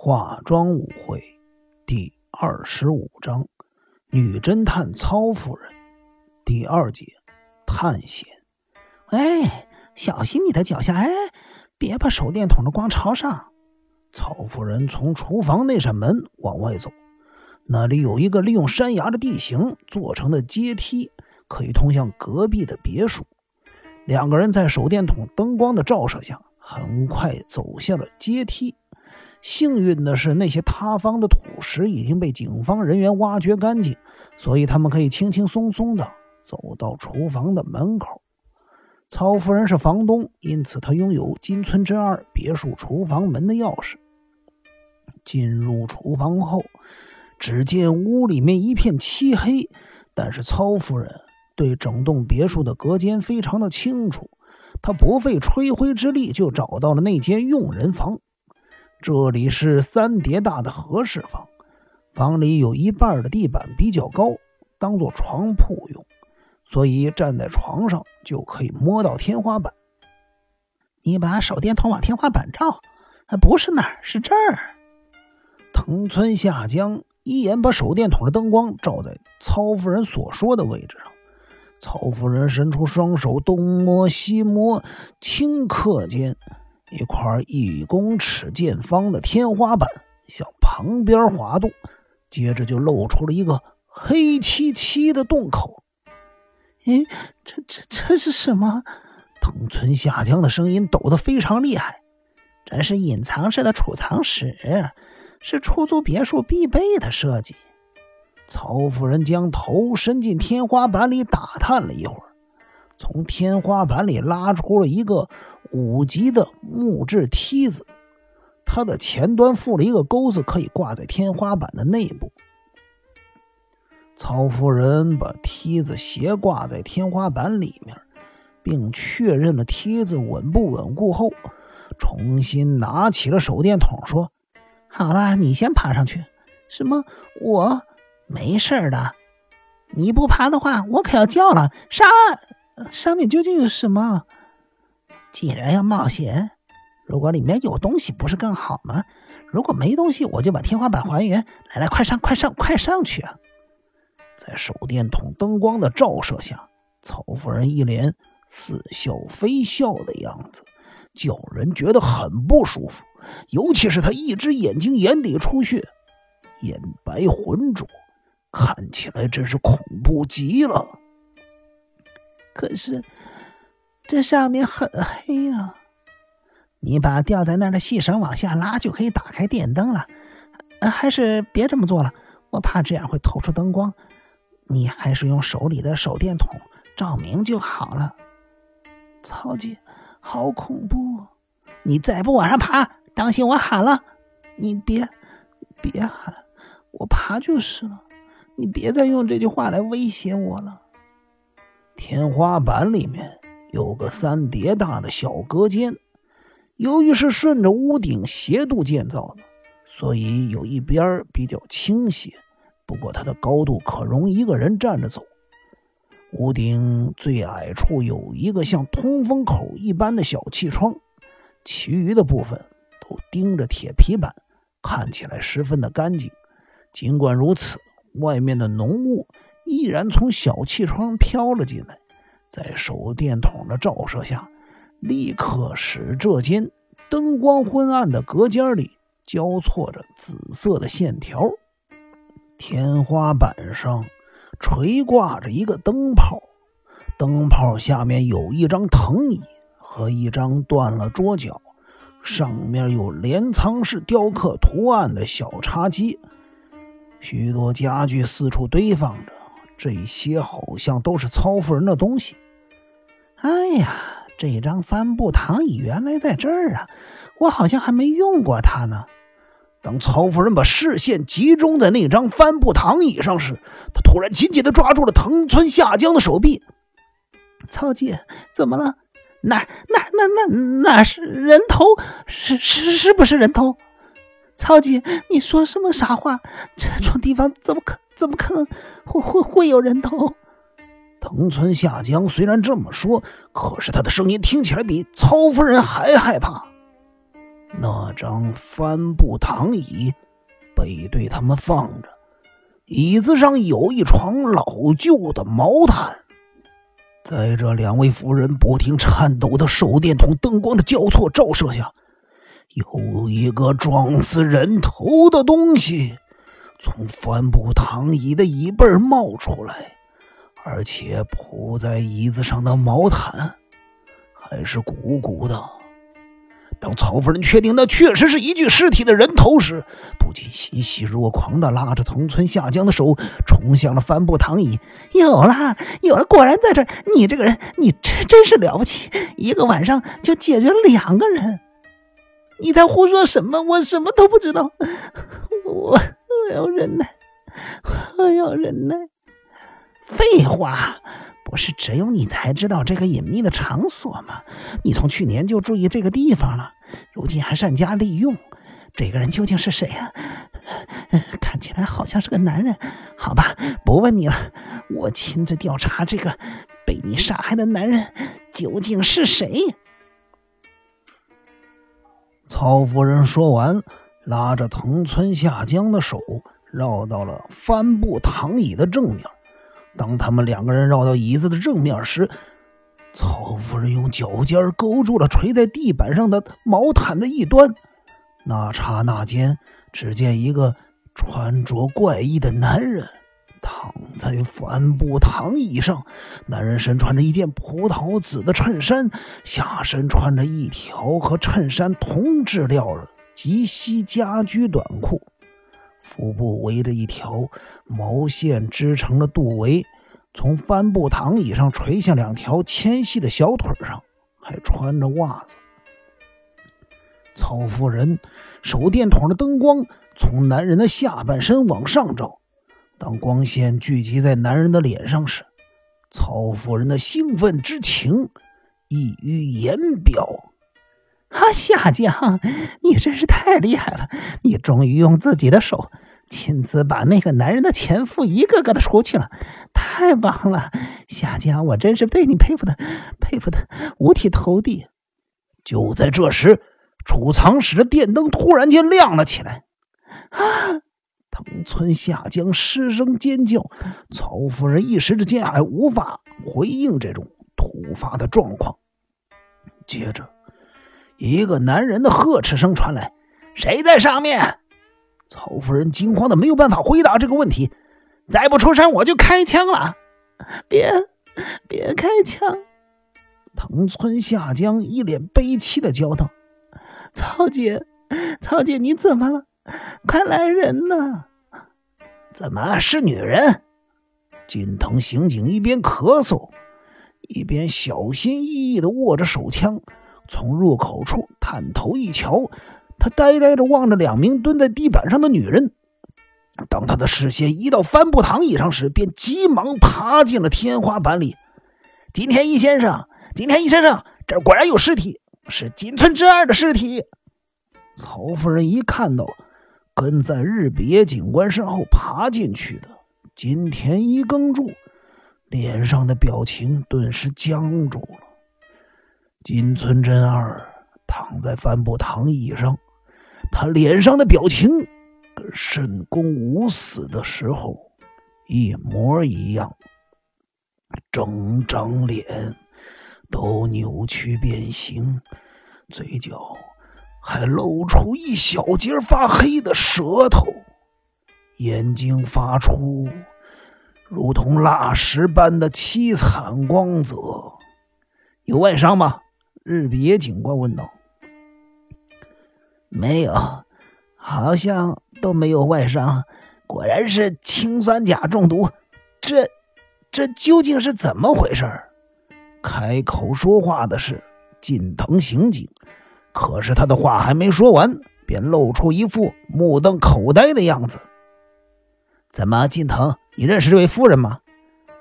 化妆舞会第25章女侦探曹夫人第2节探险。 哎，小心你的脚下，哎，别把手电筒的光朝上。 曹夫人从厨房那扇门往外走，那里有一个利用山崖的地形做成的阶梯，可以通向隔壁的别墅。两个人在手电筒灯光的照射下很快走下了阶梯。幸运的是，那些塌方的土石已经被警方人员挖掘干净，所以他们可以轻轻松松地走到厨房的门口。曹夫人是房东，因此她拥有金村真二别墅厨房门的钥匙。进入厨房后，只见屋里面一片漆黑，但是曹夫人对整栋别墅的隔间非常的清楚，她不费吹灰之力就找到了那间用人房。这里是3叠大的和室房，房里有一半的地板比较高，当做床铺用，所以站在床上就可以摸到天花板。 你把手电筒往天花板照，不是那儿，是这儿。 藤村下江一眼把手电筒的灯光照在曹夫人所说的位置上。曹夫人伸出双手东摸西摸，顷刻间一块1公尺见方的天花板向旁边滑动，接着就露出了一个黑漆漆的洞口。 这是什么？ 藤村下江的声音抖得非常厉害。 这是隐藏式的储藏室，是出租别墅必备的设计。 曹夫人将头伸进天花板里打探了一会儿，从天花板里拉出了一个5级的木质梯子，它的前端附了一个钩子，可以挂在天花板的内部。曹夫人把梯子斜挂在天花板里面，并确认了梯子稳不稳固后，重新拿起了手电筒说： 好了，你先爬上去。什么？我没事的，你不爬的话我可要叫了。上面究竟有什么？既然要冒险，如果里面有东西不是更好吗？如果没东西，我就把天花板还原。来，快上去啊！ 在手电筒灯光的照射下，曹夫人一脸似笑非笑的样子，叫人觉得很不舒服。尤其是她一只眼睛眼底出血，眼白浑浊，看起来真是恐怖极了。 可是这上面很黑啊！你把吊在那儿的细绳往下拉，就可以打开电灯了。还是别这么做了，我怕这样会透出灯光。你还是用手里的手电筒照明就好了。曹姐，好恐怖！你再不往上爬，当心我喊了。你别喊，我爬就是了。你别再用这句话来威胁我了。 天花板里面有个3叠大的小隔间，由于是顺着屋顶斜度建造的，所以有一边比较倾斜，不过它的高度可容一个人站着走。屋顶最矮处有一个像通风口一般的小气窗，其余的部分都钉着铁皮板，看起来十分的干净。尽管如此，外面的浓雾依然从小气窗飘了进来，在手电筒的照射下，立刻使这间灯光昏暗的隔间里交错着紫色的线条。天花板上垂挂着一个灯泡，灯泡下面有一张藤椅和一张断了桌角，上面有镰仓式雕刻图案的小茶几。许多家具四处堆放着，这些好像都是曹夫人的东西。 哎呀，这张帆布躺椅原来在这儿啊，我好像还没用过它呢。 当曹夫人把视线集中在那张帆布躺椅上时，她突然紧紧地抓住了藤村下江的手臂。 曹姐，怎么了？那是人头？是不是人头？曹姐，你说什么傻话？这种地方怎么可能会有人头？ 藤村下江虽然这么说，可是他的声音听起来比曹夫人还害怕。 那张帆布躺椅背对他们放着，椅子上有一床老旧的毛毯。在这两位夫人不停颤抖的手电筒灯光的交错照射下，有一个撞死人头的东西从帆布躺椅的椅背冒出来，而且铺在椅子上的毛毯还是鼓鼓的。当曹夫人确定那确实是一具尸体的人头时，不禁欣喜若狂地拉着藤村下江的手冲向了帆布躺椅。有了，果然在这儿！你这个人，你真是了不起，一个晚上就解决了2个人。你在胡说什么？我什么都不知道。我要忍耐，我要忍耐。废话，不是只有你才知道这个隐秘的场所吗？你从去年就注意这个地方了，如今还善加利用。这个人究竟是谁啊？看起来好像是个男人。好吧，不问你了，我亲自调查这个被你杀害的男人究竟是谁。曹夫人说完，拉着藤村下江的手绕到了帆布躺椅的正面。当他们2个人绕到椅子的正面时，曹夫人用脚尖勾住了垂在地板上的毛毯的一端。那刹那间，只见一个穿着怪异的男人躺在帆布躺椅上。男人身穿着一件葡萄紫的衬衫，下身穿着一条和衬衫同质料的及膝家居短裤，腹部围着一条毛线织成的肚围，从帆布躺椅上垂下2条纤细的小腿上，还穿着袜子。曹夫人手电筒的灯光从男人的下半身往上照，当光线聚集在男人的脸上时，曹夫人的兴奋之情溢于言表。下江，你真是太厉害了，你终于用自己的手亲自把那个男人的前夫一个个的除去了，太棒了，下江，我真是对你佩服的五体投地。就在这时，储藏室的电灯突然间亮了起来。藤村下江失声尖叫，曹夫人一时之间还无法回应这种突发的状况。接着，一个男人的呵斥声传来：“谁在上面？”曹夫人惊慌的没有办法回答这个问题。再不出声，我就开枪了！别开枪！藤村下江一脸悲戚的叫道：“曹姐，你怎么了？快来人呐！”怎么是女人？近藤刑警一边咳嗽，一边小心翼翼地握着手枪，从入口处探头一瞧，他呆呆地望着2名蹲在地板上的女人。当他的视线移到帆布躺椅上时，便急忙爬进了天花板里。金田一先生，这儿果然有尸体，是金村真二的尸体。曹夫人一看到跟在日比野警官身后爬进去的金田一耕助，脸上的表情顿时僵住了。金村真二躺在帆布躺椅上，他脸上的表情跟申公武死的时候一模一样，整张脸都扭曲变形，嘴角还露出一小截发黑的舌头，眼睛发出如同蜡石般的凄惨光泽。有外伤吗？日比野警官问道。没有，好像都没有外伤，果然是氰酸钾中毒。这究竟是怎么回事？开口说话的是近藤刑警，可是他的话还没说完，便露出一副目瞪口呆的样子。怎么，近藤，你认识这位夫人吗？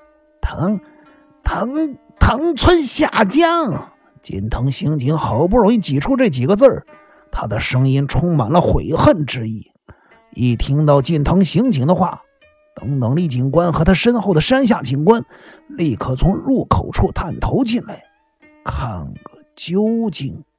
藤村下江。近藤刑警好不容易挤出这几个字儿，他的声音充满了悔恨之意。一听到近藤刑警的话，等力警官和他身后的山下警官立刻从入口处探头进来，看个究竟。